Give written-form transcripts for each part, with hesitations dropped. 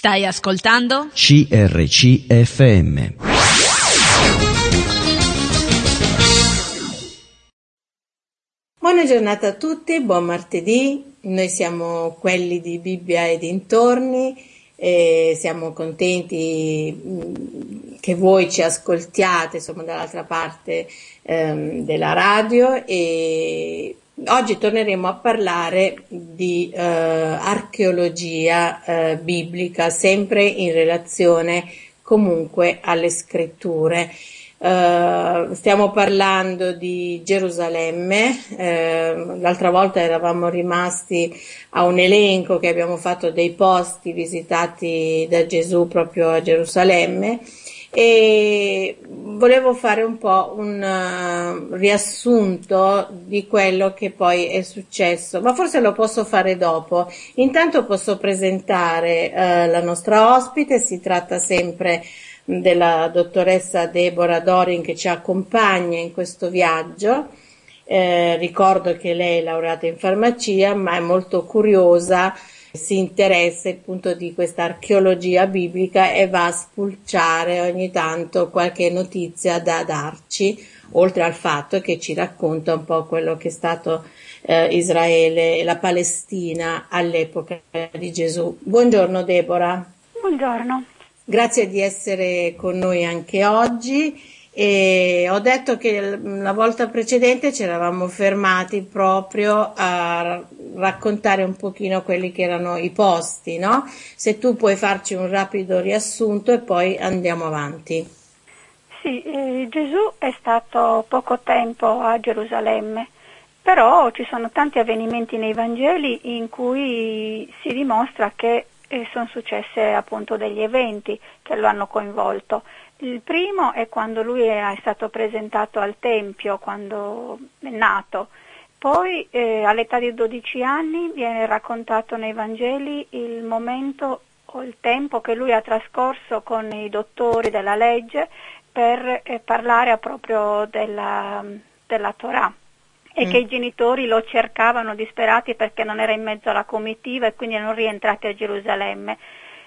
Stai ascoltando? CRC FM. Buona giornata a tutti, buon martedì. Noi siamo quelli di Bibbia e dintorni e siamo contenti che voi ci ascoltiate, insomma, dall'altra parte della radio, e oggi torneremo a parlare di archeologia biblica, sempre in relazione comunque alle scritture. Stiamo parlando di Gerusalemme. L'altra volta eravamo rimasti a un elenco che abbiamo fatto dei posti visitati da Gesù proprio a Gerusalemme, e volevo fare un po' un riassunto di quello che poi è successo, ma forse lo posso fare dopo. Intanto posso presentare la nostra ospite. Si tratta sempre della dottoressa Deborah Dorin, che ci accompagna in questo viaggio. Ricordo che lei è laureata in farmacia, ma è molto curiosa, si interessa appunto di questa archeologia biblica e va a spulciare ogni tanto qualche notizia da darci, oltre al fatto che ci racconta un po' quello che è stato Israele e la Palestina all'epoca di Gesù. Buongiorno Deborah. Buongiorno. Grazie di essere con noi anche oggi. E ho detto che la volta precedente ci eravamo fermati proprio a raccontare un pochino quelli che erano i posti, no? Se tu puoi farci un rapido riassunto e poi andiamo avanti. Sì, Gesù è stato poco tempo a Gerusalemme, però ci sono tanti avvenimenti nei Vangeli in cui si dimostra che sono successe appunto degli eventi che lo hanno coinvolto. Il primo è quando lui è stato presentato al Tempio, quando è nato. Poi all'età di 12 anni viene raccontato nei Vangeli il momento o il tempo che lui ha trascorso con i dottori della legge per parlare proprio della Torah, e che i genitori lo cercavano disperati perché non era in mezzo alla comitiva e quindi erano rientrati a Gerusalemme.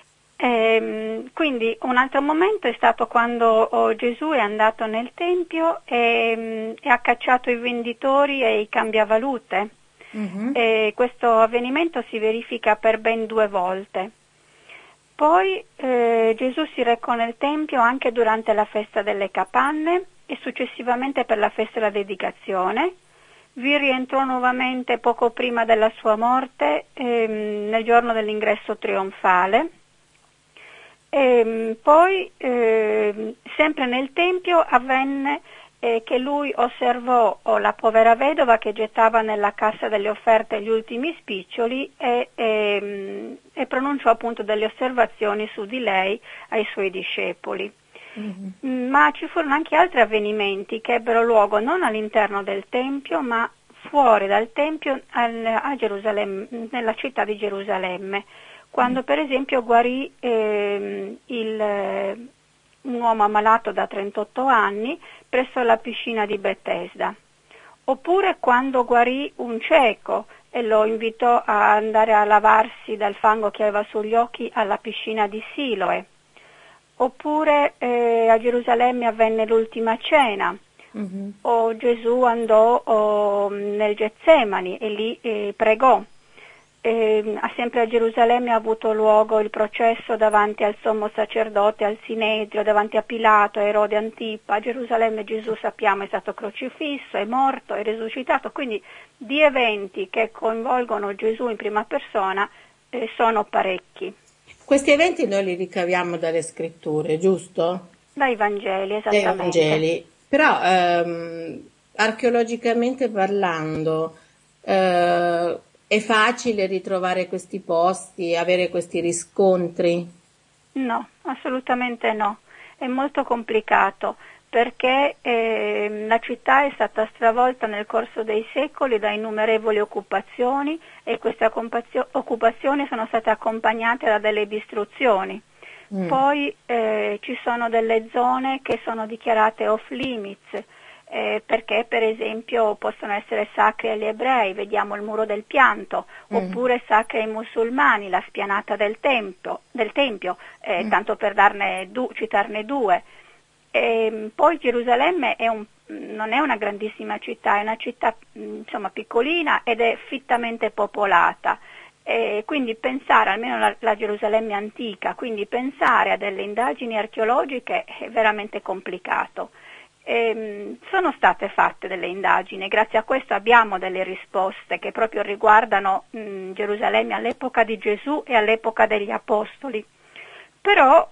Quindi un altro momento è stato quando Gesù è andato nel Tempio e ha cacciato i venditori e i cambiavalute. E questo avvenimento si verifica per ben 2 volte. Poi Gesù si recò nel Tempio anche durante la festa delle Capanne e successivamente per la festa della dedicazione. Vi rientrò nuovamente poco prima della sua morte, nel giorno dell'ingresso trionfale. Poi, sempre nel Tempio, avvenne che lui osservò la povera vedova che gettava nella cassa delle offerte gli ultimi spiccioli e pronunciò appunto delle osservazioni su di lei ai suoi discepoli. Ma ci furono anche altri avvenimenti che ebbero luogo non all'interno del Tempio, ma fuori dal Tempio a Gerusalemme, nella città di Gerusalemme, quando per esempio guarì un uomo ammalato da 38 anni presso la piscina di Betesda, oppure quando guarì un cieco e lo invitò a andare a lavarsi dal fango che aveva sugli occhi alla piscina di Siloe. Oppure a Gerusalemme avvenne l'ultima cena, o Gesù andò nel Getsemani e lì pregò. Sempre a Gerusalemme ha avuto luogo il processo davanti al sommo sacerdote, al Sinedrio, davanti a Pilato, a Erode Antipa. A Gerusalemme Gesù, sappiamo, è stato crocifisso, è morto, è risuscitato, quindi di eventi che coinvolgono Gesù in prima persona sono parecchi. Questi eventi noi li ricaviamo dalle scritture, giusto? Dai Vangeli, esattamente. Dai Vangeli. Però archeologicamente parlando è facile ritrovare questi posti, avere questi riscontri? No, assolutamente no. È molto complicato perché la città è stata stravolta nel corso dei secoli da innumerevoli occupazioni e queste occupazioni sono state accompagnate da delle distruzioni. Poi ci sono delle zone che sono dichiarate off limits, perché per esempio possono essere sacri agli ebrei, vediamo il muro del pianto, oppure sacri ai musulmani, la spianata del tempio, tanto per citarne due. Poi Gerusalemme non è una grandissima città, è una città insomma piccolina ed è fittamente popolata. Quindi pensare, almeno la Gerusalemme antica, quindi pensare a delle indagini archeologiche è veramente complicato. Sono state fatte delle indagini, grazie a questo abbiamo delle risposte che proprio riguardano Gerusalemme all'epoca di Gesù e all'epoca degli Apostoli. Però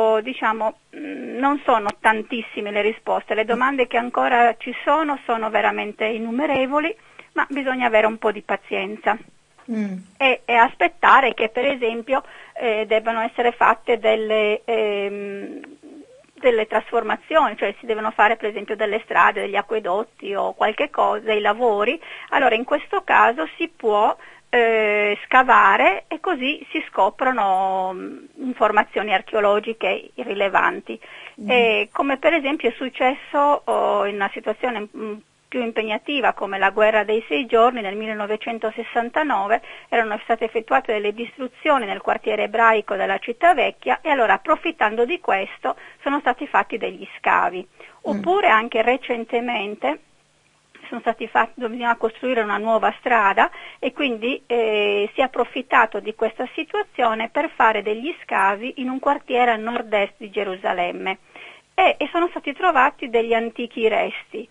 non sono tantissime le risposte, le domande che ancora ci sono veramente innumerevoli, ma bisogna avere un po' di pazienza. E aspettare che per esempio debbano essere fatte delle trasformazioni, cioè si devono fare per esempio delle strade, degli acquedotti o qualche cosa, dei lavori. Allora in questo caso si può scavare e così si scoprono informazioni archeologiche rilevanti. Come per esempio è successo in una situazione più impegnativa come la guerra dei 6 giorni nel 1969, erano state effettuate delle distruzioni nel quartiere ebraico della città vecchia e allora approfittando di questo sono stati fatti degli scavi. Oppure anche recentemente bisognava costruire una nuova strada e quindi si è approfittato di questa situazione per fare degli scavi in un quartiere a nord-est di Gerusalemme e sono stati trovati degli antichi resti.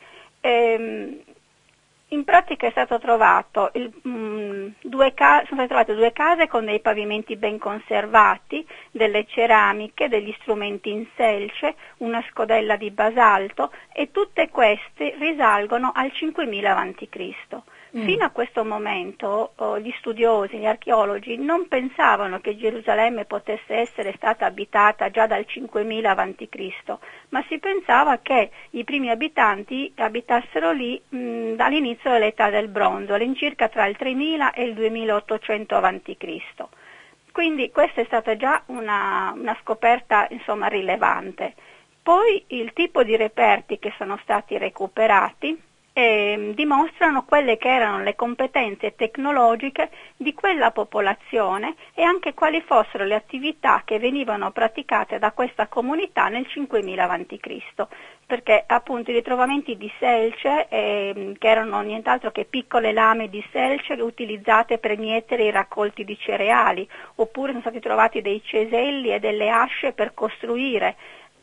In pratica è stato trovato sono state trovate 2 case con dei pavimenti ben conservati, delle ceramiche, degli strumenti in selce, una scodella di basalto e tutte queste risalgono al 5000 a.C. Fino a questo momento gli studiosi, gli archeologi non pensavano che Gerusalemme potesse essere stata abitata già dal 5000 a.C., ma si pensava che i primi abitanti abitassero lì dall'inizio dell'età del bronzo, all'incirca tra il 3000 e il 2800 a.C. Quindi questa è stata già una scoperta insomma rilevante. Poi il tipo di reperti che sono stati recuperati dimostrano quelle che erano le competenze tecnologiche di quella popolazione e anche quali fossero le attività che venivano praticate da questa comunità nel 5000 a.C., perché appunto i ritrovamenti di selce, che erano nient'altro che piccole lame di selce utilizzate per mietere i raccolti di cereali, oppure sono stati trovati dei ceselli e delle asce per costruire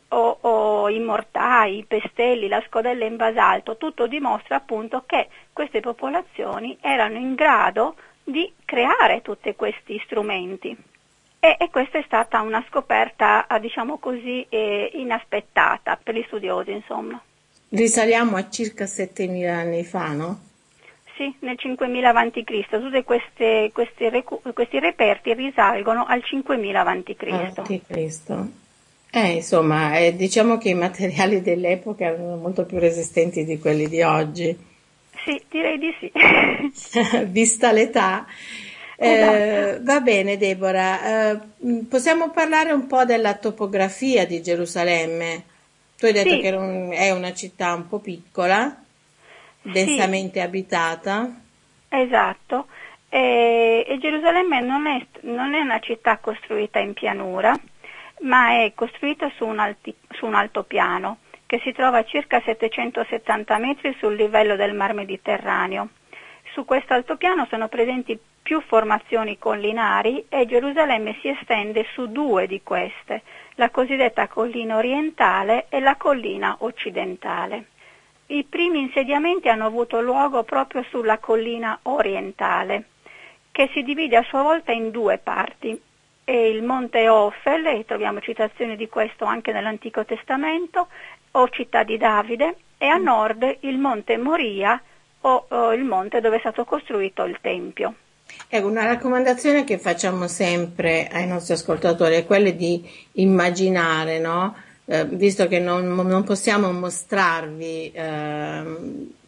o i mortai, i pestelli, la scodella in basalto, tutto dimostra appunto che queste popolazioni erano in grado di creare tutti questi strumenti e questa è stata una scoperta diciamo così inaspettata per gli studiosi insomma. Risaliamo a circa 7000 anni fa, no? Sì, nel 5000 a.C. Tutti questi reperti risalgono al 5000 a.C. Insomma, diciamo che i materiali dell'epoca erano molto più resistenti di quelli di oggi. Sì, direi di sì. Vista l'età. Esatto. Va bene, Deborah. Possiamo parlare un po' della topografia di Gerusalemme? Tu hai detto che è una città un po' piccola, densamente abitata. Esatto. E Gerusalemme non è una città costruita in pianura, ma è costruita su un altopiano che si trova a circa 770 metri sul livello del Mar Mediterraneo. Su questo altopiano sono presenti più formazioni collinari e Gerusalemme si estende su 2 di queste, la cosiddetta collina orientale e la collina occidentale. I primi insediamenti hanno avuto luogo proprio sulla collina orientale, che si divide a sua volta in 2 parti. E il monte Ofel, e troviamo citazioni di questo anche nell'Antico Testamento, o città di Davide, e a nord il monte Moria, o il monte dove è stato costruito il Tempio. Una raccomandazione che facciamo sempre ai nostri ascoltatori è quella di immaginare, no? Visto che non possiamo mostrarvi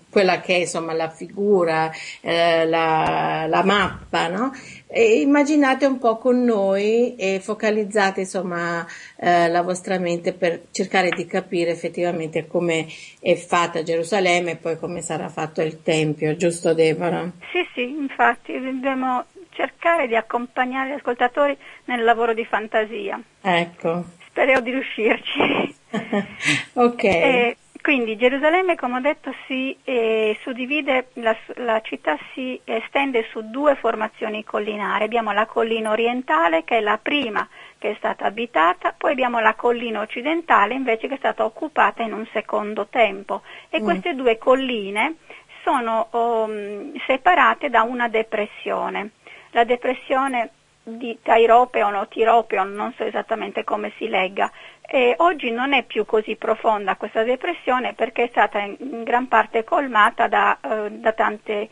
quella che è insomma la figura, la mappa, no? E immaginate un po' con noi e focalizzate insomma la vostra mente per cercare di capire effettivamente come è fatta Gerusalemme e poi come sarà fatto il Tempio, giusto Deborah? Sì, infatti dobbiamo cercare di accompagnare gli ascoltatori nel lavoro di fantasia. Ecco. Spero di riuscirci. Ok. Quindi Gerusalemme, come ho detto, si suddivide, la città si estende su 2 formazioni collinari. Abbiamo la collina orientale, che è la prima che è stata abitata, poi abbiamo la collina occidentale invece che è stata occupata in un secondo tempo. E queste 2 colline sono separate da una depressione. La depressione di Tairopeon o Tiropeon, non so esattamente come si legga. Oggi non è più così profonda questa depressione perché è stata in gran parte colmata da tante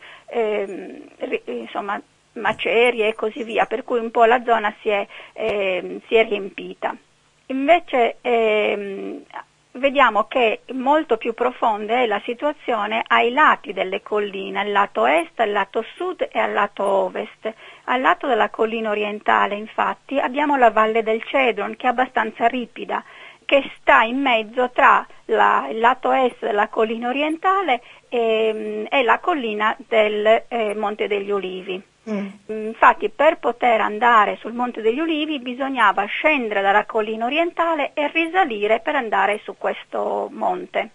macerie e così via, per cui un po' la zona si è riempita. Invece vediamo che molto più profonda è la situazione ai lati delle colline, al lato est, al lato sud e al lato ovest. Al lato della collina orientale, infatti, abbiamo la valle del Cedron, che è abbastanza ripida, che sta in mezzo tra il lato est della collina orientale e la collina del Monte degli Ulivi. Infatti, per poter andare sul Monte degli Ulivi bisognava scendere dalla collina orientale e risalire per andare su questo monte.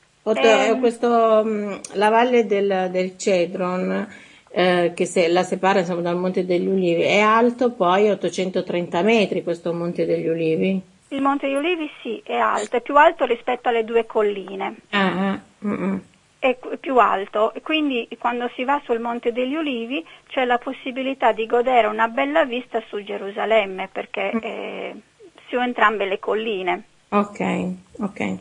La valle del Cedron, che la separa insomma, dal Monte degli Ulivi, è alto poi 830 metri questo Monte degli Ulivi? Il Monte degli Ulivi sì, è alto, è più alto rispetto alle 2 colline. È più alto, quindi quando si va sul Monte degli Ulivi c'è la possibilità di godere una bella vista su Gerusalemme perché su entrambe le colline. Ok.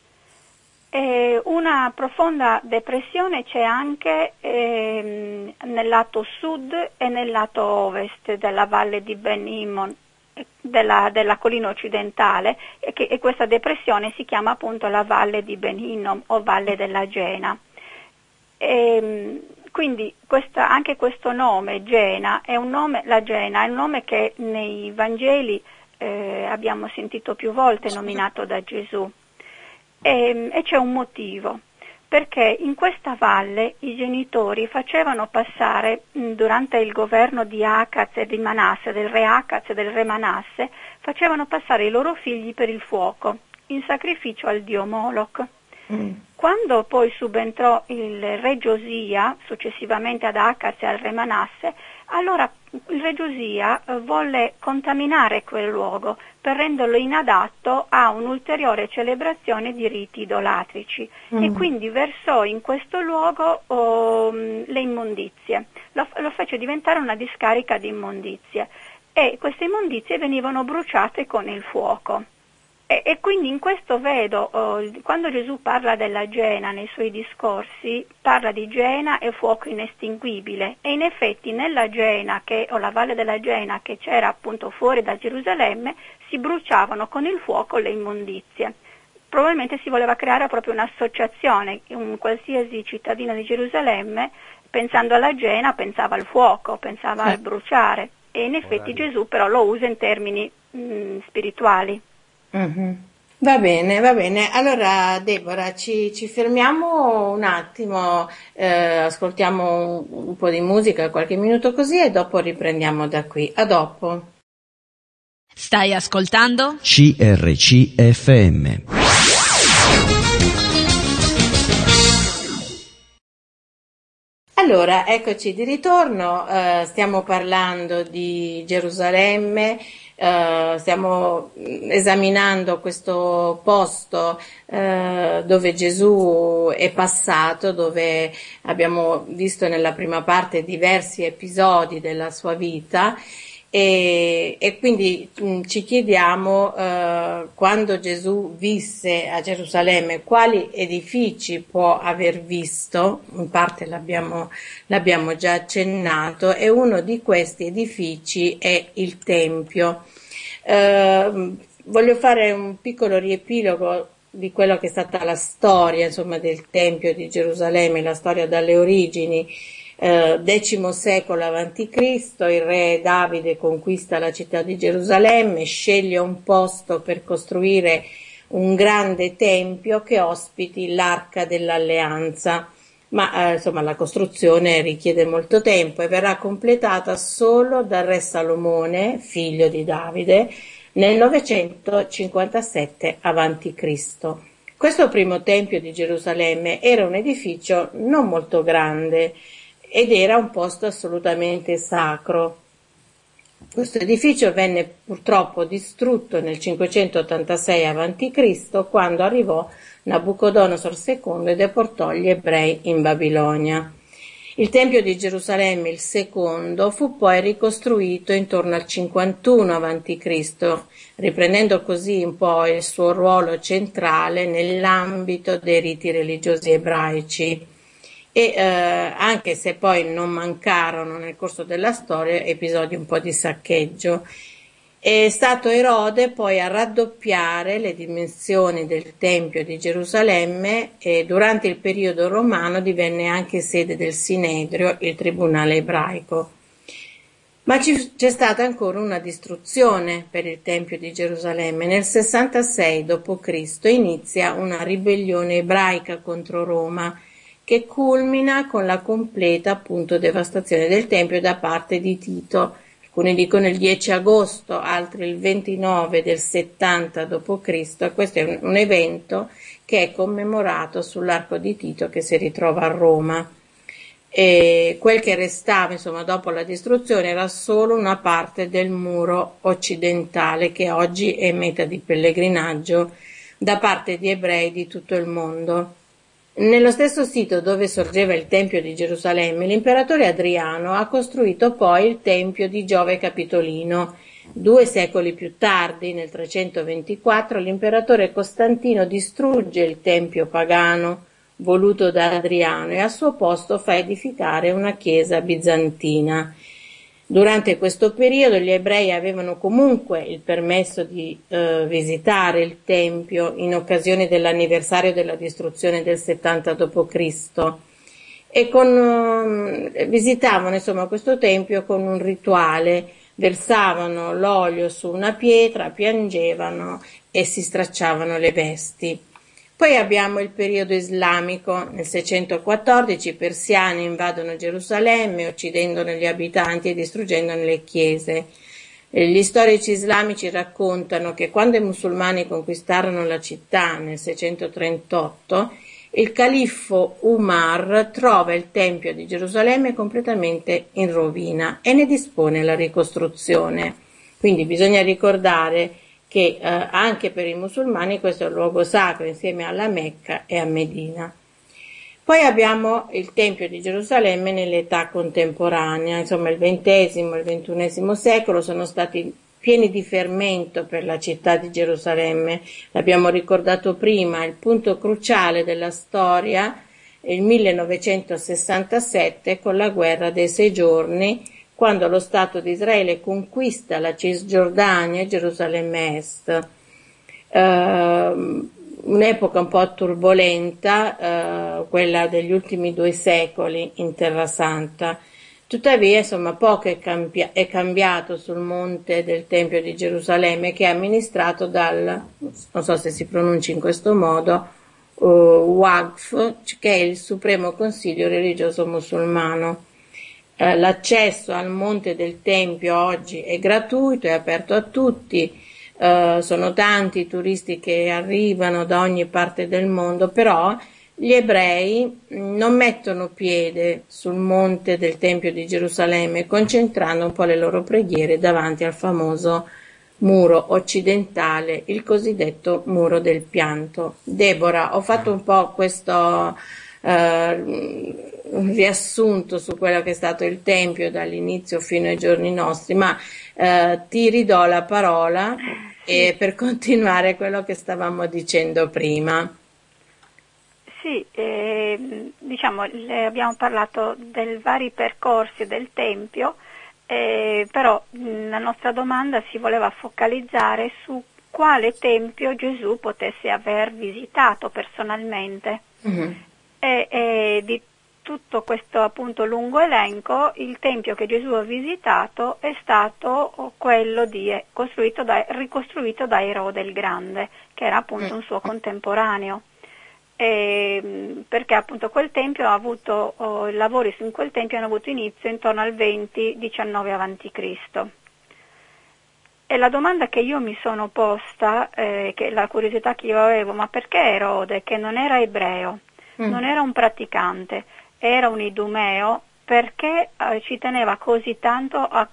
Una profonda depressione c'è anche nel lato sud e nel lato ovest della valle di Ben Hinnom, della collina occidentale, e questa depressione si chiama appunto la valle di Ben Hinnom o valle della Gena. Quindi anche questo nome, Gena, la Gena è un nome che nei Vangeli abbiamo sentito più volte nominato da Gesù. E c'è un motivo, perché in questa valle i genitori facevano passare, durante il governo di Acaz e di Manasse, del re Acaz e del re Manasse, facevano passare i loro figli per il fuoco, in sacrificio al dio Moloch. Quando poi subentrò il re Giosia, successivamente ad Acaz e al re Manasse, allora il re Giosia volle contaminare quel luogo per renderlo inadatto a un'ulteriore celebrazione di riti idolatrici e quindi versò in questo luogo le immondizie, lo fece diventare una discarica di immondizie e queste immondizie venivano bruciate con il fuoco. E quindi in questo vedo, quando Gesù parla della Gena nei suoi discorsi, parla di Gena e fuoco inestinguibile, e in effetti nella Gena, o la valle della Gena che c'era appunto fuori da Gerusalemme, si bruciavano con il fuoco le immondizie. Probabilmente si voleva creare proprio un'associazione, un qualsiasi cittadino di Gerusalemme, pensando alla Gena, pensava al fuoco, pensava al bruciare, e in effetti Gesù però lo usa in termini spirituali. Va bene. Allora, Deborah, ci fermiamo un attimo, ascoltiamo un po' di musica, qualche minuto così, e dopo riprendiamo da qui. A dopo. Stai ascoltando? CRCFM. Allora, eccoci di ritorno, stiamo parlando di Gerusalemme. Stiamo esaminando questo posto dove Gesù è passato, dove abbiamo visto nella prima parte diversi episodi della sua vita e quindi ci chiediamo quando Gesù visse a Gerusalemme quali edifici può aver visto. In parte l'abbiamo già accennato, e uno di questi edifici è il Tempio. Voglio fare un piccolo riepilogo di quello che è stata la storia, insomma, del Tempio di Gerusalemme, la storia dalle origini. X secolo avanti Cristo, il re Davide conquista la città di Gerusalemme, sceglie un posto per costruire un grande tempio che ospiti l'Arca dell'Alleanza, ma insomma la costruzione richiede molto tempo e verrà completata solo dal re Salomone, figlio di Davide, nel 957 avanti Cristo. Questo primo tempio di Gerusalemme era un edificio non molto grande ed era un posto assolutamente sacro. Questo edificio venne purtroppo distrutto nel 586 a.C. quando arrivò Nabucodonosor II e deportò gli ebrei in Babilonia. Il Tempio di Gerusalemme, il secondo, fu poi ricostruito intorno al 51 a.C., riprendendo così un po' il suo ruolo centrale nell'ambito dei riti religiosi ebraici. E anche se poi non mancarono nel corso della storia episodi un po' di saccheggio, è stato Erode poi a raddoppiare le dimensioni del Tempio di Gerusalemme e durante il periodo romano divenne anche sede del Sinedrio, il tribunale ebraico. Ma c'è stata ancora una distruzione per il Tempio di Gerusalemme. Nel 66 d.C. inizia una ribellione ebraica contro Roma, che culmina con la completa appunto devastazione del Tempio da parte di Tito. Alcuni dicono il 10 agosto, altri il 29 del 70 d.C. e questo è un evento che è commemorato sull'Arco di Tito che si ritrova a Roma. E quel che restava, insomma, dopo la distruzione era solo una parte del muro occidentale che oggi è meta di pellegrinaggio da parte di ebrei di tutto il mondo. Nello stesso sito dove sorgeva il Tempio di Gerusalemme, l'imperatore Adriano ha costruito poi il Tempio di Giove Capitolino. 2 secoli più tardi, nel 324, l'imperatore Costantino distrugge il tempio pagano voluto da Adriano e al suo posto fa edificare una chiesa bizantina. Durante questo periodo gli ebrei avevano comunque il permesso di visitare il Tempio in occasione dell'anniversario della distruzione del 70 d.C. e visitavano insomma questo Tempio con un rituale, versavano l'olio su una pietra, piangevano e si stracciavano le vesti. Poi abbiamo il periodo islamico. Nel 614 i persiani invadono Gerusalemme, uccidendone gli abitanti e distruggendone le chiese. Gli storici islamici raccontano che quando i musulmani conquistarono la città nel 638, il califfo Umar trova il Tempio di Gerusalemme completamente in rovina e ne dispone la ricostruzione. Quindi bisogna ricordare che anche per i musulmani questo è un luogo sacro insieme alla Mecca e a Medina. Poi abbiamo il Tempio di Gerusalemme nell'età contemporanea, insomma il XX e il XXI secolo sono stati pieni di fermento per la città di Gerusalemme. L'abbiamo ricordato prima, il punto cruciale della storia è il 1967 con la guerra dei 6 giorni, quando lo Stato di Israele conquista la Cisgiordania e Gerusalemme Est. Un'epoca un po' turbolenta, quella degli ultimi 2 secoli in Terra Santa. Tuttavia, insomma, poco è cambiato sul monte del Tempio di Gerusalemme, che è amministrato dal, non so se si pronuncia in questo modo, Waqf, che è il Supremo Consiglio religioso musulmano. L'accesso al monte del Tempio oggi è gratuito, è aperto a tutti, sono tanti i turisti che arrivano da ogni parte del mondo, però gli ebrei non mettono piede sul monte del Tempio di Gerusalemme, concentrando un po' le loro preghiere davanti al famoso muro occidentale, il cosiddetto muro del pianto. Deborah, ho fatto un po' questo un riassunto su quello che è stato il Tempio dall'inizio fino ai giorni nostri, ma ti ridò la parola per continuare quello che stavamo dicendo prima. Sì, diciamo, abbiamo parlato dei vari percorsi del Tempio, però la nostra domanda si voleva focalizzare su quale tempio Gesù potesse aver visitato personalmente. E di tutto questo appunto lungo elenco, il tempio che Gesù ha visitato è stato quello ricostruito da Erode il Grande, che era appunto un suo contemporaneo. Perché appunto quel tempio ha avuto, i lavori in quel tempio hanno avuto inizio intorno al 20-19 a.C. E la domanda che io mi sono posta, che la curiosità che io avevo, ma perché Erode, che non era ebreo, non era un praticante, era un idumeo, perché ci teneva così tanto a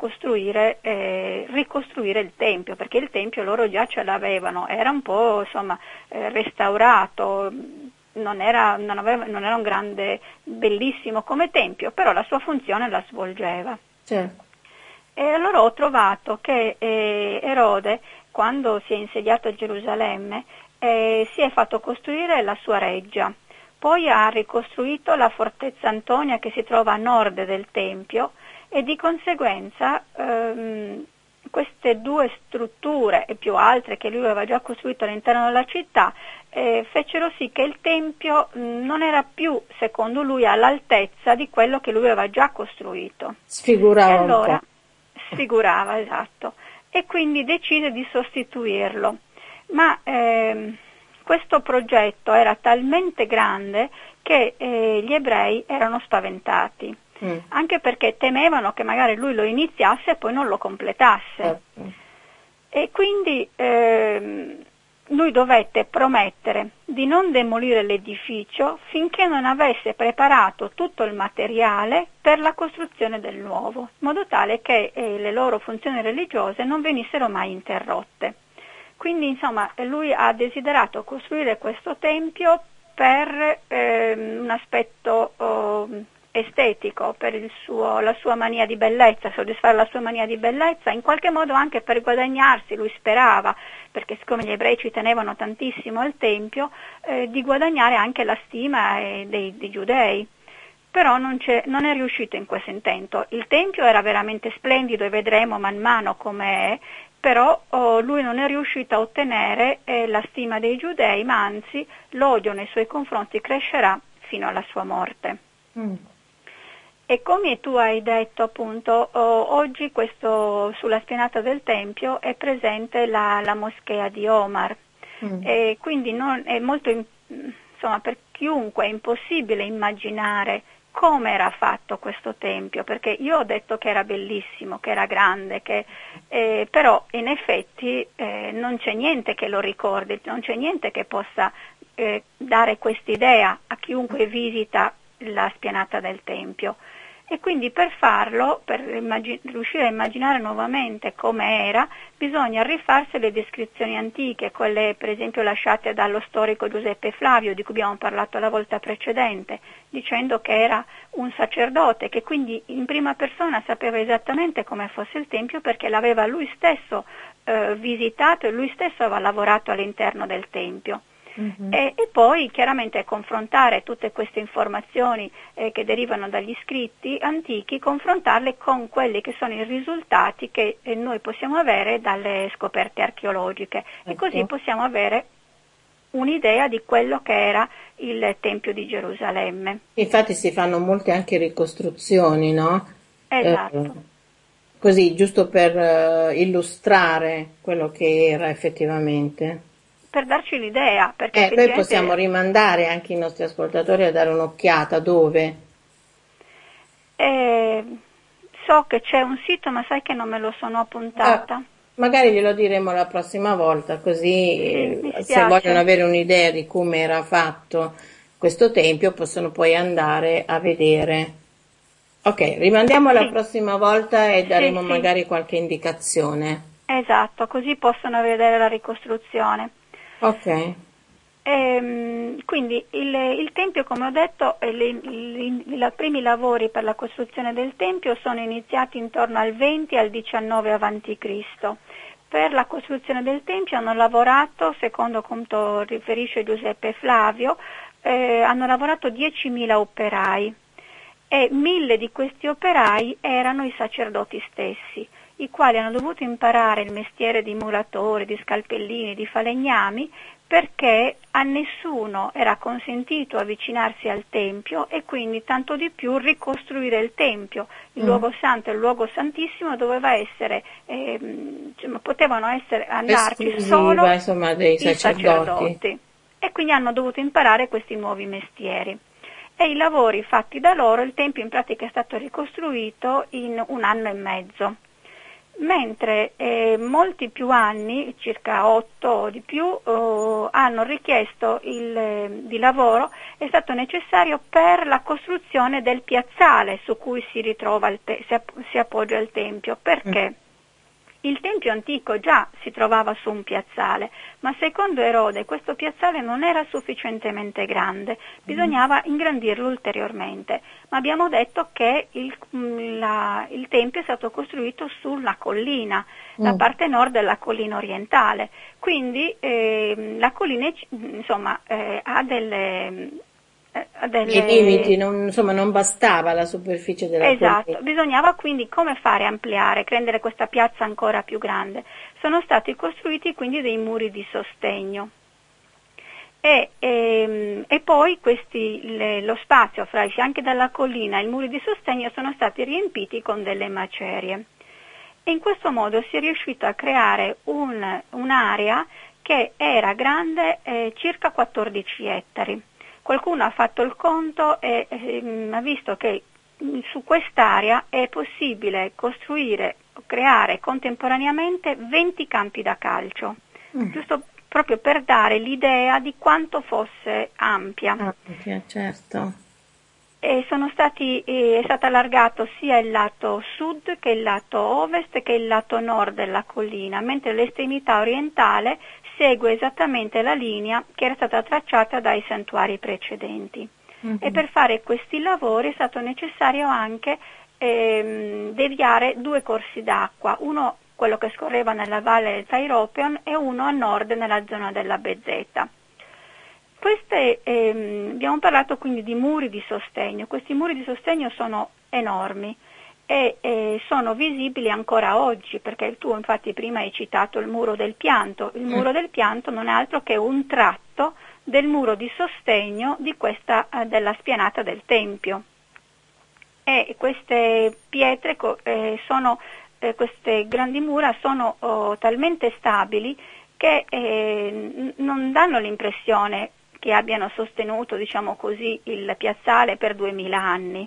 ricostruire il tempio? Perché il tempio loro già ce l'avevano, era un po' restaurato, non era un grande, bellissimo come tempio, però la sua funzione la svolgeva. Certo. E allora ho trovato che Erode, quando si è insediato a Gerusalemme, si è fatto costruire la sua reggia. Poi ha ricostruito la fortezza Antonia che si trova a nord del Tempio e di conseguenza queste due strutture e più altre che lui aveva già costruito all'interno della città fecero sì che il Tempio non era più, secondo lui, all'altezza di quello che lui aveva già costruito. Sfigurava e allora, un po'. Sfigurava, esatto. E quindi decise di sostituirlo. Ma questo progetto era talmente grande che gli ebrei erano spaventati, anche perché temevano che magari lui lo iniziasse e poi non lo completasse. E quindi lui dovette promettere di non demolire l'edificio finché non avesse preparato tutto il materiale per la costruzione del nuovo, in modo tale che le loro funzioni religiose non venissero mai interrotte. Quindi insomma lui ha desiderato costruire questo tempio per un aspetto estetico, per la sua mania di bellezza, soddisfare la sua mania di bellezza, in qualche modo anche per guadagnarsi, lui sperava, perché siccome gli ebrei ci tenevano tantissimo al tempio, di guadagnare anche la stima dei giudei. Però non è riuscito in questo intento. Il tempio era veramente splendido e vedremo man mano com'è, però lui non è riuscito a ottenere la stima dei giudei, ma anzi l'odio nei suoi confronti crescerà fino alla sua morte. E come tu hai detto appunto, oggi sulla spianata del Tempio è presente la moschea di Omar, e quindi è molto, insomma, per chiunque è impossibile immaginare come era fatto questo tempio, perché io ho detto che era bellissimo, che era grande, però in effetti non c'è niente che lo ricordi, non c'è niente che possa dare quest'idea a chiunque visita la spianata del Tempio. E quindi per farlo, per riuscire a immaginare nuovamente come era, bisogna rifarsi le descrizioni antiche, quelle per esempio lasciate dallo storico Giuseppe Flavio, di cui abbiamo parlato la volta precedente, dicendo che era un sacerdote, che quindi in prima persona sapeva esattamente come fosse il Tempio, perché l'aveva lui stesso visitato e lui stesso aveva lavorato all'interno del Tempio. E poi chiaramente confrontare tutte queste informazioni che derivano dagli scritti antichi, confrontarle con quelli che sono i risultati che noi possiamo avere dalle scoperte archeologiche, e così possiamo avere un'idea di quello che era il Tempio di Gerusalemme. Infatti si fanno molte anche ricostruzioni, no? Esatto. Così, giusto per illustrare quello che era effettivamente. Per darci l'idea, perché Noi possiamo rimandare anche i nostri ascoltatori a dare un'occhiata. Dove? So che c'è un sito, ma sai che non me lo sono appuntata. Magari glielo diremo la prossima volta, così se vogliono avere un'idea di come era fatto questo tempio possono poi andare a vedere. Ok, rimandiamo la prossima volta e daremo magari qualche indicazione. Esatto, così possono vedere la ricostruzione. Ok. Quindi il Tempio, come ho detto, i primi lavori per la costruzione del Tempio sono iniziati intorno al 20 al 19 avanti Cristo. Per la costruzione del Tempio hanno lavorato, secondo quanto riferisce Giuseppe Flavio, hanno lavorato 10.000 operai, e 1.000 di questi operai erano i sacerdoti stessi. i quali hanno dovuto imparare il mestiere di muratori, di scalpellini, di falegnami, perché a nessuno era consentito avvicinarsi al Tempio e quindi tanto di più ricostruire il Tempio. Il luogo santo e il luogo santissimo doveva essere, potevano andarci solo dei i sacerdoti. E quindi hanno dovuto imparare questi nuovi mestieri. E i lavori fatti da loro, il Tempio in pratica è stato ricostruito in 1 anno e mezzo. Mentre molti più anni, circa 8 o di più, hanno richiesto di lavoro, è stato necessario per la costruzione del piazzale su cui si appoggia il Tempio. Perché? Il Tempio antico già si trovava su un piazzale, ma secondo Erode questo piazzale non era sufficientemente grande, bisognava ingrandirlo ulteriormente. Ma abbiamo detto che il Tempio è stato costruito sulla collina, la parte nord della collina orientale, quindi la collina ha I limiti, non bastava la superficie della collina. Esatto, bisognava quindi come fare ampliare, rendere questa piazza ancora più grande. Sono stati costruiti quindi dei muri di sostegno e poi lo spazio fra i fianchi della collina e i muri di sostegno sono stati riempiti con delle macerie. E in questo modo si è riuscito a creare un'area che era grande circa 14 ettari. Qualcuno ha fatto il conto e ha visto che su quest'area è possibile creare contemporaneamente 20 campi da calcio, giusto proprio per dare l'idea di quanto fosse ampia. Ampia, certo. E è stato allargato sia il lato sud che il lato ovest che il lato nord della collina, mentre l'estremità orientale segue esattamente la linea che era stata tracciata dai santuari precedenti. E per fare questi lavori è stato necessario anche deviare 2 corsi d'acqua, uno quello che scorreva nella valle del Tairopeon e uno a nord nella zona della Bezzetta. Abbiamo parlato quindi di muri di sostegno. Questi muri di sostegno sono enormi e sono visibili ancora oggi, perché tu infatti prima hai citato il muro del pianto. Il muro del pianto non è altro che un tratto del muro di sostegno della spianata del Tempio. E queste pietre queste grandi mura sono talmente stabili che non danno l'impressione che abbiano sostenuto, diciamo così, il piazzale per 2000 anni.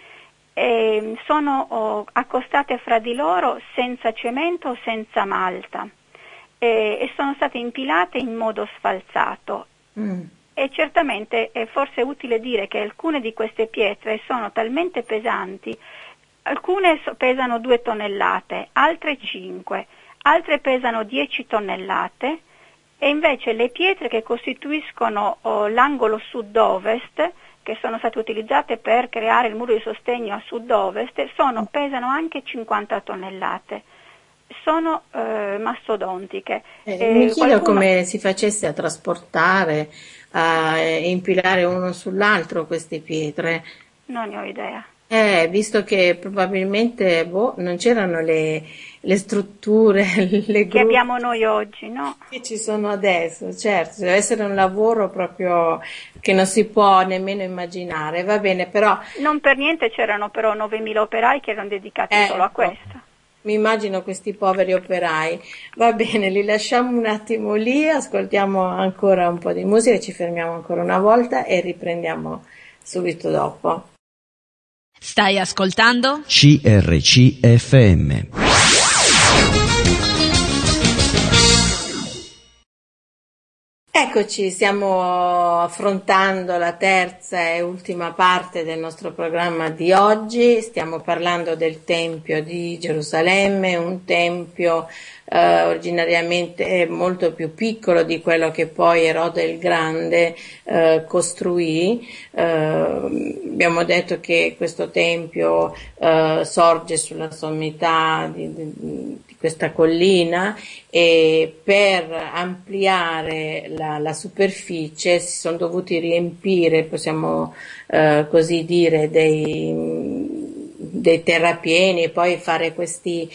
Sono accostate fra di loro senza cemento o senza malta e sono state impilate in modo sfalzato. E certamente è forse utile dire che alcune di queste pietre sono talmente pesanti, alcune pesano 2 tonnellate, altre 5, altre pesano 10 tonnellate e invece le pietre che costituiscono l'angolo sud-ovest, che sono state utilizzate per creare il muro di sostegno a sud-ovest, pesano anche 50 tonnellate. Sono mastodontiche. Mi chiedo come si facesse a trasportare, a impilare uno sull'altro queste pietre. Non ne ho idea. Visto che probabilmente non c'erano le strutture, le che abbiamo noi oggi, no? Che ci sono adesso, certo, deve essere un lavoro proprio che non si può nemmeno immaginare, va bene, però... Non per niente c'erano però 9.000 operai che erano dedicati solo a questo. Mi immagino questi poveri operai. Va bene, li lasciamo un attimo lì, ascoltiamo ancora un po' di musica, ci fermiamo ancora una volta e riprendiamo subito dopo. Stai ascoltando? CRCFM. Eccoci, stiamo affrontando la terza e ultima parte del nostro programma di oggi. Stiamo parlando del Tempio di Gerusalemme, un tempio originariamente molto più piccolo di quello che poi Erode il Grande costruì. Abbiamo detto che questo tempio sorge sulla sommità di questa collina e per ampliare la superficie si sono dovuti riempire, possiamo così dire, dei terrapieni e poi fare questi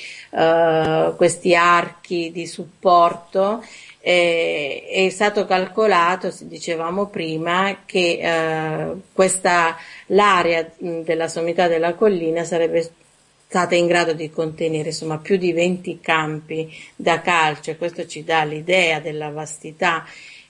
archi di supporto. È stato calcolato, dicevamo prima, che l'area della sommità della collina sarebbe stata in grado di contenere insomma più di 20 campi da calcio, e questo ci dà l'idea della vastità.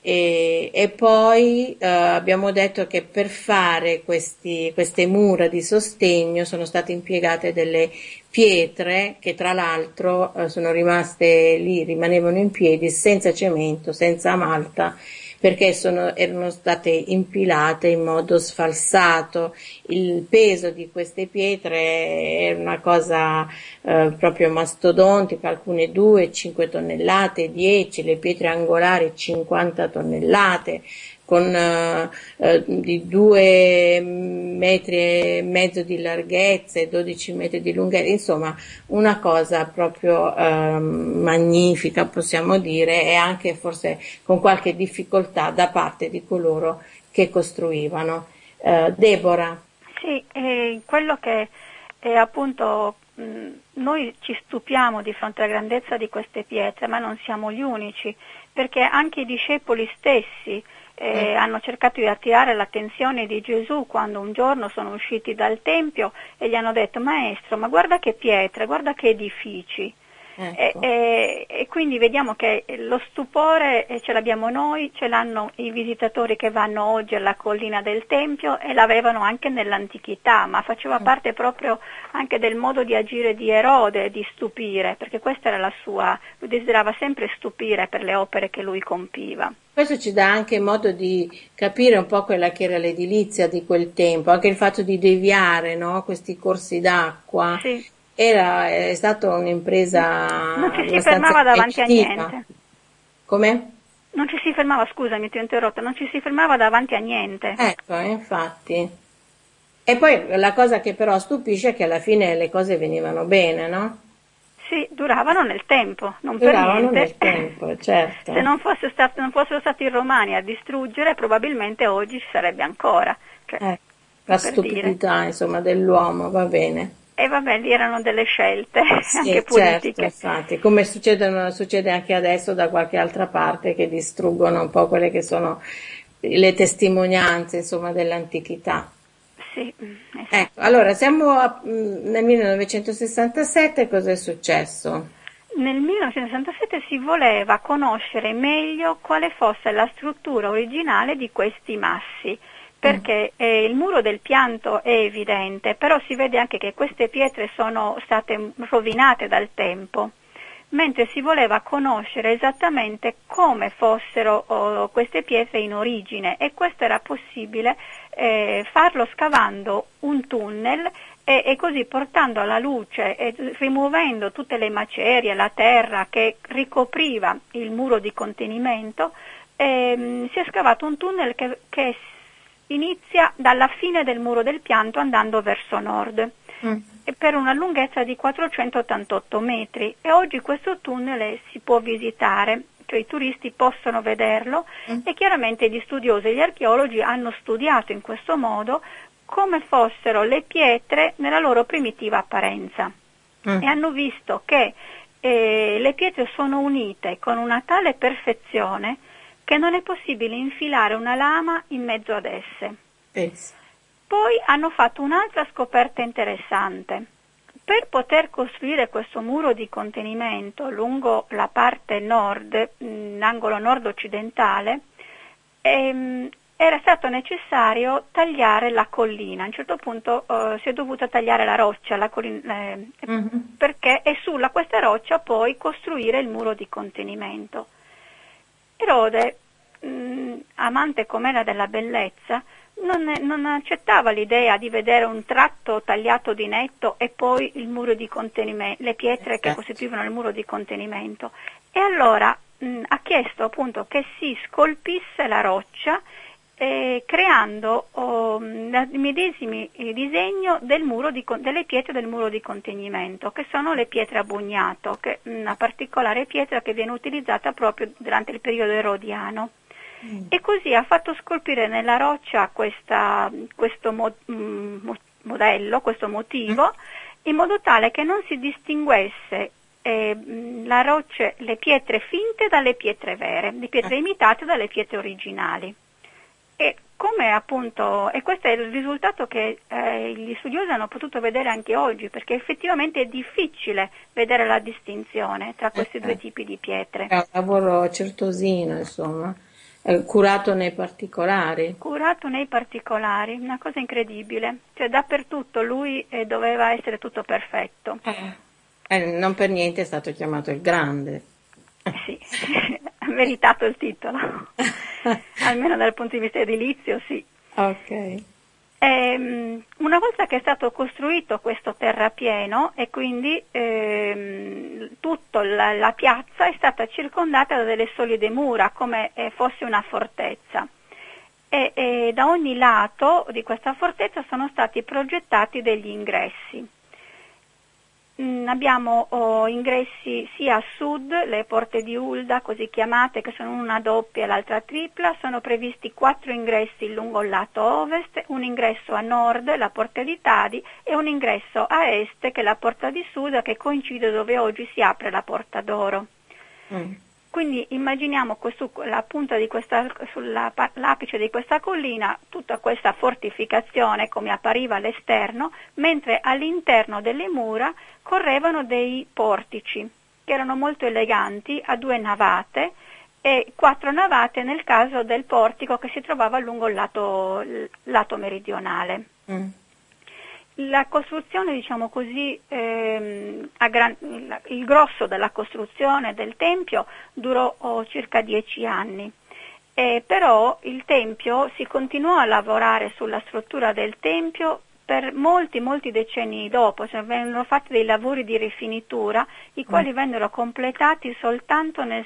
E poi abbiamo detto che per fare queste mura di sostegno sono state impiegate delle pietre che tra l'altro sono rimaste lì, rimanevano in piedi senza cemento, senza malta, perché erano state impilate in modo sfalsato. Il peso di queste pietre è una cosa proprio mastodontica, alcune 2, 5 tonnellate, 10, le pietre angolari 50 tonnellate, con di 2 metri e mezzo di larghezza e 12 metri di lunghezza, insomma una cosa proprio magnifica, possiamo dire, e anche forse con qualche difficoltà da parte di coloro che costruivano. Deborah. Sì, quello che appunto noi ci stupiamo di fronte alla grandezza di queste pietre, ma non siamo gli unici, perché anche i discepoli stessi hanno cercato di attirare l'attenzione di Gesù quando un giorno sono usciti dal Tempio e gli hanno detto: Maestro, ma guarda che pietre, guarda che edifici. Ecco. E quindi vediamo che lo stupore ce l'abbiamo noi, ce l'hanno i visitatori che vanno oggi alla collina del Tempio, e l'avevano anche nell'antichità, ma faceva parte proprio anche del modo di agire di Erode, di stupire, perché questa era la sua, lui desiderava sempre stupire per le opere che lui compiva. Questo ci dà anche modo di capire un po' quella che era l'edilizia di quel tempo, anche il fatto di deviare, no? Questi corsi d'acqua. Sì. È stata un'impresa non ci si fermava davanti a niente. Come? Non ci si fermava, scusami, ti ho interrotto, non ci si fermava davanti a niente. Ecco, infatti. E poi la cosa che però stupisce è che alla fine le cose venivano bene, no? Sì, duravano nel tempo, non Duravano per niente. Nel tempo, certo. Se non fossero stati i romani a distruggere, probabilmente oggi ci sarebbe ancora. La stupidità, insomma, dell'uomo, va bene. E vabbè, lì erano delle scelte, sì, anche politiche. Certo, infatti, come succede anche adesso da qualche altra parte, che distruggono un po' quelle che sono le testimonianze, insomma, dell'antichità. Sì. Ecco, allora siamo nel 1967, cosa è successo? Nel 1967 si voleva conoscere meglio quale fosse la struttura originale di questi massi, perché il muro del pianto è evidente, però si vede anche che queste pietre sono state rovinate dal tempo, mentre si voleva conoscere esattamente come fossero queste pietre in origine, e questo era possibile farlo scavando un tunnel e così portando alla luce e rimuovendo tutte le macerie, la terra che ricopriva il muro di contenimento. Si è scavato un tunnel che inizia dalla fine del muro del pianto andando verso nord, e per una lunghezza di 488 metri, e oggi questo tunnel si può visitare, cioè i turisti possono vederlo, e chiaramente gli studiosi e gli archeologi hanno studiato in questo modo come fossero le pietre nella loro primitiva apparenza, e hanno visto che le pietre sono unite con una tale perfezione che non è possibile infilare una lama in mezzo ad esse. Poi hanno fatto un'altra scoperta interessante. Per poter costruire questo muro di contenimento lungo la parte nord, l'angolo nord-occidentale, era stato necessario tagliare la collina. A un certo punto si è dovuta tagliare la roccia, perché è sulla questa roccia poi costruire il muro di contenimento. Erode, amante com'era della bellezza, non accettava l'idea di vedere un tratto tagliato di netto e poi il muro di contenimento, le pietre che costituivano il muro di contenimento, e allora ha chiesto appunto che si scolpisse la roccia, creando i medesimi disegno delle pietre del muro di contenimento, che sono le pietre a bugnato, che è una particolare pietra che viene utilizzata proprio durante il periodo erodiano. E così ha fatto scolpire nella roccia questo modello, questo motivo, in modo tale che non si distinguesse le pietre finte dalle pietre vere, le pietre imitate dalle pietre originali. E come appunto, e questo è il risultato che gli studiosi hanno potuto vedere anche oggi, perché effettivamente è difficile vedere la distinzione tra questi due tipi di pietre. È un lavoro certosino, insomma, curato nei particolari. Curato nei particolari, una cosa incredibile. Cioè dappertutto lui doveva essere tutto perfetto. Non per niente è stato chiamato il Grande. Sì, ha meritato il titolo, almeno dal punto di vista edilizio, sì. Ok. Una volta che è stato costruito questo terrapieno e quindi tutta la piazza è stata circondata da delle solide mura, come fosse una fortezza. E da ogni lato di questa fortezza sono stati progettati degli ingressi. Abbiamo ingressi sia a sud, le porte di Ulda, così chiamate, che sono una doppia e l'altra tripla. Sono previsti 4 ingressi lungo il lato ovest, un ingresso a nord, la porta di Tadi, e un ingresso a est, che è la porta di Suda, che coincide dove oggi si apre la Porta d'Oro. Quindi immaginiamo la punta di l'apice di questa collina, tutta questa fortificazione come appariva all'esterno, mentre all'interno delle mura correvano dei portici che erano molto eleganti, a 2 navate e 4 navate nel caso del portico che si trovava lungo il lato meridionale. La costruzione, diciamo così, il grosso della costruzione del Tempio durò circa 10 anni, però il Tempio si continuò a lavorare sulla struttura del Tempio per molti decenni dopo, cioè vennero fatti dei lavori di rifinitura, i quali vennero completati soltanto nel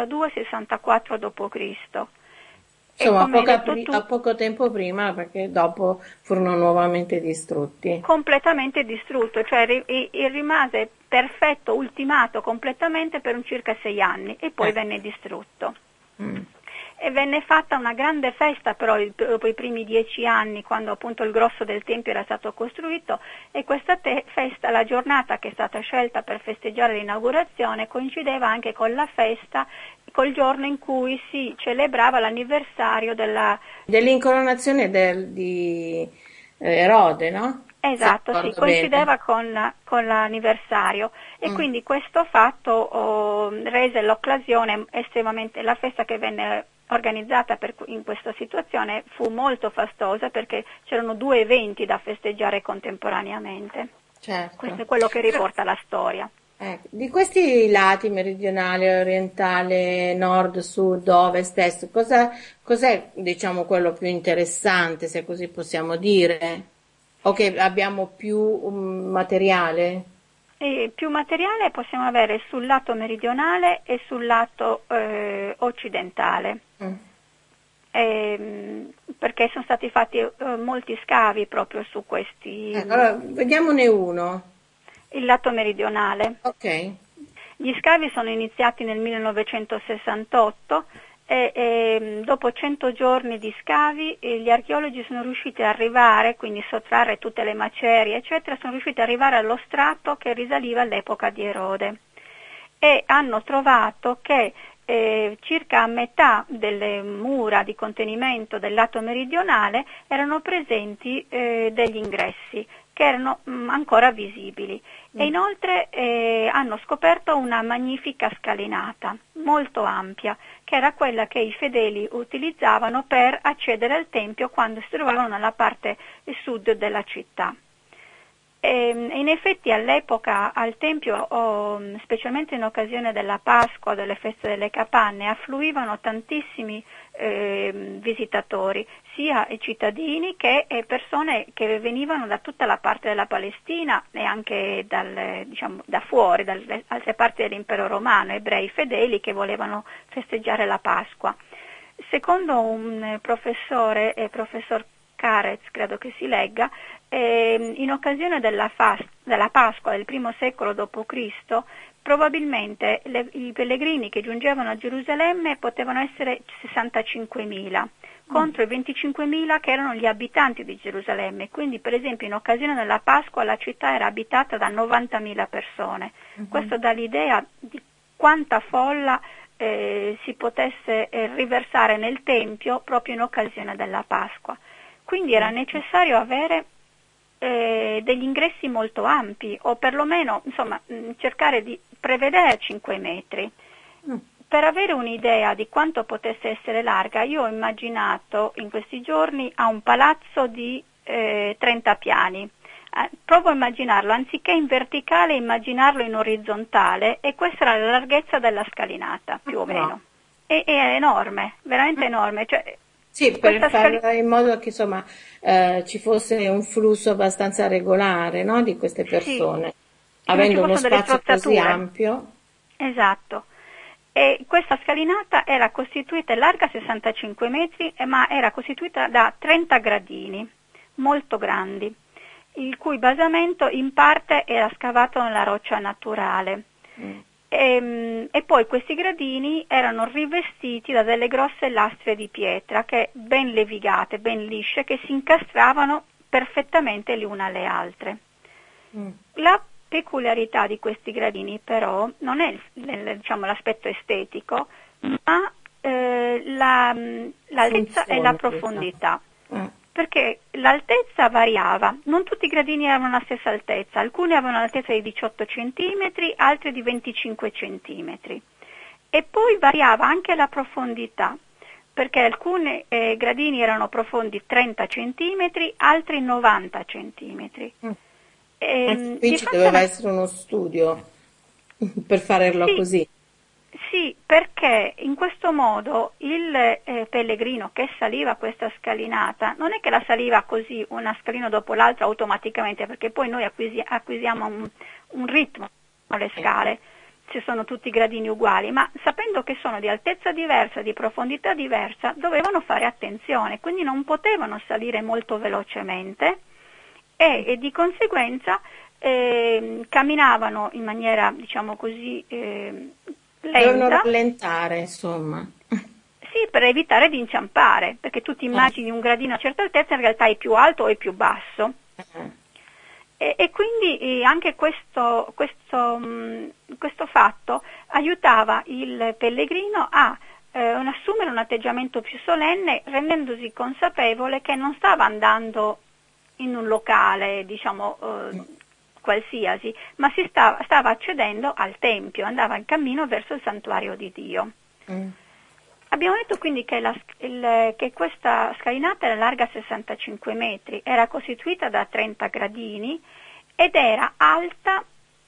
62-64 d.C. Insomma, a poco tempo prima, perché dopo furono nuovamente distrutti. Completamente distrutto, cioè rimase perfetto, ultimato completamente per circa 6 anni e poi venne distrutto. E venne fatta una grande festa però dopo i primi 10 anni, quando appunto il grosso del Tempio era stato costruito, e questa festa, la giornata che è stata scelta per festeggiare l'inaugurazione, coincideva anche con la festa, col giorno in cui si celebrava l'anniversario dell'incoronazione di Erode, no? Esatto, sì, coincideva con l'anniversario e quindi questo fatto rese l'occasione estremamente, la festa che venne organizzata in questa situazione fu molto fastosa perché c'erano 2 eventi da festeggiare contemporaneamente. Certo. Questo è quello che riporta la storia. Di questi lati, meridionale, orientale, nord, sud, ovest, est, cos'è diciamo quello più interessante, se così possiamo dire? O che abbiamo più materiale? Più materiale possiamo avere sul lato meridionale e sul lato occidentale, perché sono stati fatti molti scavi proprio su questi. Allora, vediamone uno. Il lato meridionale. Ok. Gli scavi sono iniziati nel 1968 e dopo 100 giorni di scavi gli archeologi sono riusciti ad arrivare, quindi sottrarre tutte le macerie eccetera, sono riusciti ad arrivare allo strato che risaliva all'epoca di Erode e hanno trovato che circa a metà delle mura di contenimento del lato meridionale erano presenti degli ingressi che erano ancora visibili e inoltre hanno scoperto una magnifica scalinata molto ampia che era quella che i fedeli utilizzavano per accedere al Tempio quando si trovavano nella parte sud della città. E in effetti all'epoca al Tempio, specialmente in occasione della Pasqua, delle feste delle capanne, affluivano tantissimi visitatori, sia cittadini che persone che venivano da tutta la parte della Palestina e anche da fuori, dalle altre parti dell'impero romano, ebrei fedeli che volevano festeggiare la Pasqua. Secondo un professor Carez, credo che si legga, in occasione della Pasqua del I secolo d.C., probabilmente i pellegrini che giungevano a Gerusalemme potevano essere 65.000 contro i 25.000 che erano gli abitanti di Gerusalemme. Quindi, per esempio, in occasione della Pasqua la città era abitata da 90.000 persone. Questo dà l'idea di quanta folla si potesse riversare nel Tempio proprio in occasione della Pasqua. Quindi era necessario avere degli ingressi molto ampi, o perlomeno cercare di prevedere 5 metri. Per avere un'idea di quanto potesse essere larga, io ho immaginato in questi giorni a un palazzo di 30 piani. Provo a immaginarlo, anziché in verticale, immaginarlo in orizzontale, e questa era la larghezza della scalinata, più o meno. È enorme, veramente enorme. Cioè, sì, per fare in modo che ci fosse un flusso abbastanza regolare, no, di queste persone, sì, avendo uno spazio così ampio. Esatto. E questa scalinata era costituita, larga 65 metri, ma era costituita da 30 gradini, molto grandi, il cui basamento in parte era scavato nella roccia naturale. E poi questi gradini erano rivestiti da delle grosse lastre di pietra che ben levigate, ben lisce, che si incastravano perfettamente le une alle altre. La peculiarità di questi gradini però non è l'aspetto estetico, ma l'altezza e la profondità. Perché l'altezza variava, non tutti i gradini avevano la stessa altezza, alcuni avevano l'altezza di 18 cm, altri di 25 cm. E poi variava anche la profondità, perché alcuni gradini erano profondi 30 cm, altri 90 cm. Qui ci doveva essere uno studio per farlo così. Sì, perché in questo modo il pellegrino che saliva questa scalinata non è che la saliva così una scalina dopo l'altra automaticamente, perché poi noi acquisiamo un ritmo alle scale, ci sono tutti i gradini uguali, ma sapendo che sono di altezza diversa, di profondità diversa, dovevano fare attenzione, quindi non potevano salire molto velocemente e di conseguenza camminavano in maniera, diciamo così, devono rallentare, insomma. Sì, per evitare di inciampare, perché tu ti immagini un gradino a certa altezza, in realtà è più alto o è più basso. E quindi anche questo fatto aiutava il pellegrino a assumere un atteggiamento più solenne, rendendosi consapevole che non stava andando in un locale, diciamo, qualsiasi, ma stava accedendo al Tempio, andava in cammino verso il santuario di Dio. Abbiamo detto quindi che questa scalinata era larga 65 metri, era costituita da 30 gradini ed era alta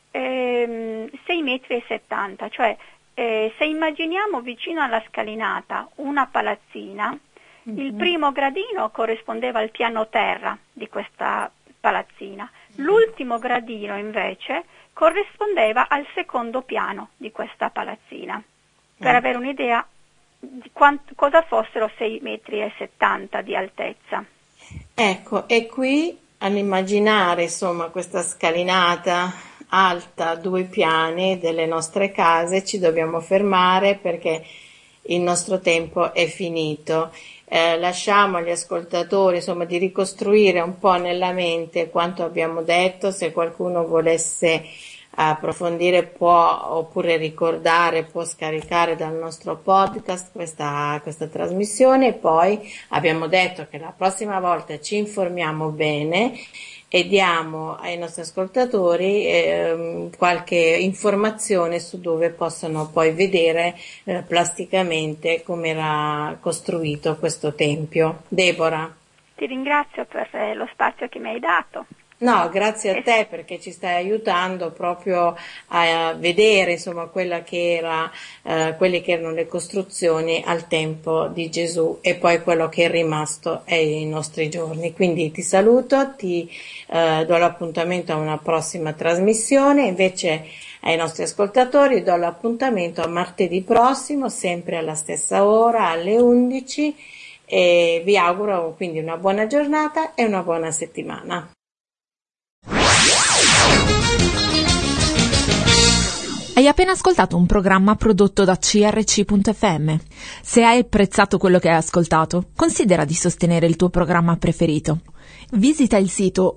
6,70 metri, cioè se immaginiamo vicino alla scalinata una palazzina, il primo gradino corrispondeva al piano terra di questa palazzina. L'ultimo gradino invece corrispondeva al secondo piano di questa palazzina, per avere un'idea di cosa fossero 6,70 metri di altezza. Ecco, e qui all'immaginare insomma questa scalinata alta, 2 piani delle nostre case, ci dobbiamo fermare perché il nostro tempo è finito. Lasciamo agli ascoltatori insomma di ricostruire un po' nella mente quanto abbiamo detto. Se qualcuno volesse approfondire può, oppure ricordare, può scaricare dal nostro podcast questa trasmissione. Poi abbiamo detto che la prossima volta ci informiamo bene e diamo ai nostri ascoltatori qualche informazione su dove possono poi vedere plasticamente come era costruito questo tempio. Deborah. Ti ringrazio per lo spazio che mi hai dato. No, grazie a te perché ci stai aiutando proprio a vedere insomma quelle che erano le costruzioni al tempo di Gesù e poi quello che è rimasto ai nostri giorni. Quindi ti saluto, ti do l'appuntamento a una prossima trasmissione, invece ai nostri ascoltatori do l'appuntamento a martedì prossimo, sempre alla stessa ora, alle 11, e vi auguro quindi una buona giornata e una buona settimana. Hay appena ascoltato un programma prodotto da CRC.fm. Se hai apprezzato quello che hai ascoltato, considera di sostenere il tuo programma preferito. Visita il sito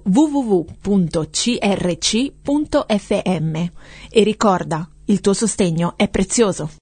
www.crc.fm e ricorda, il tuo sostegno è prezioso.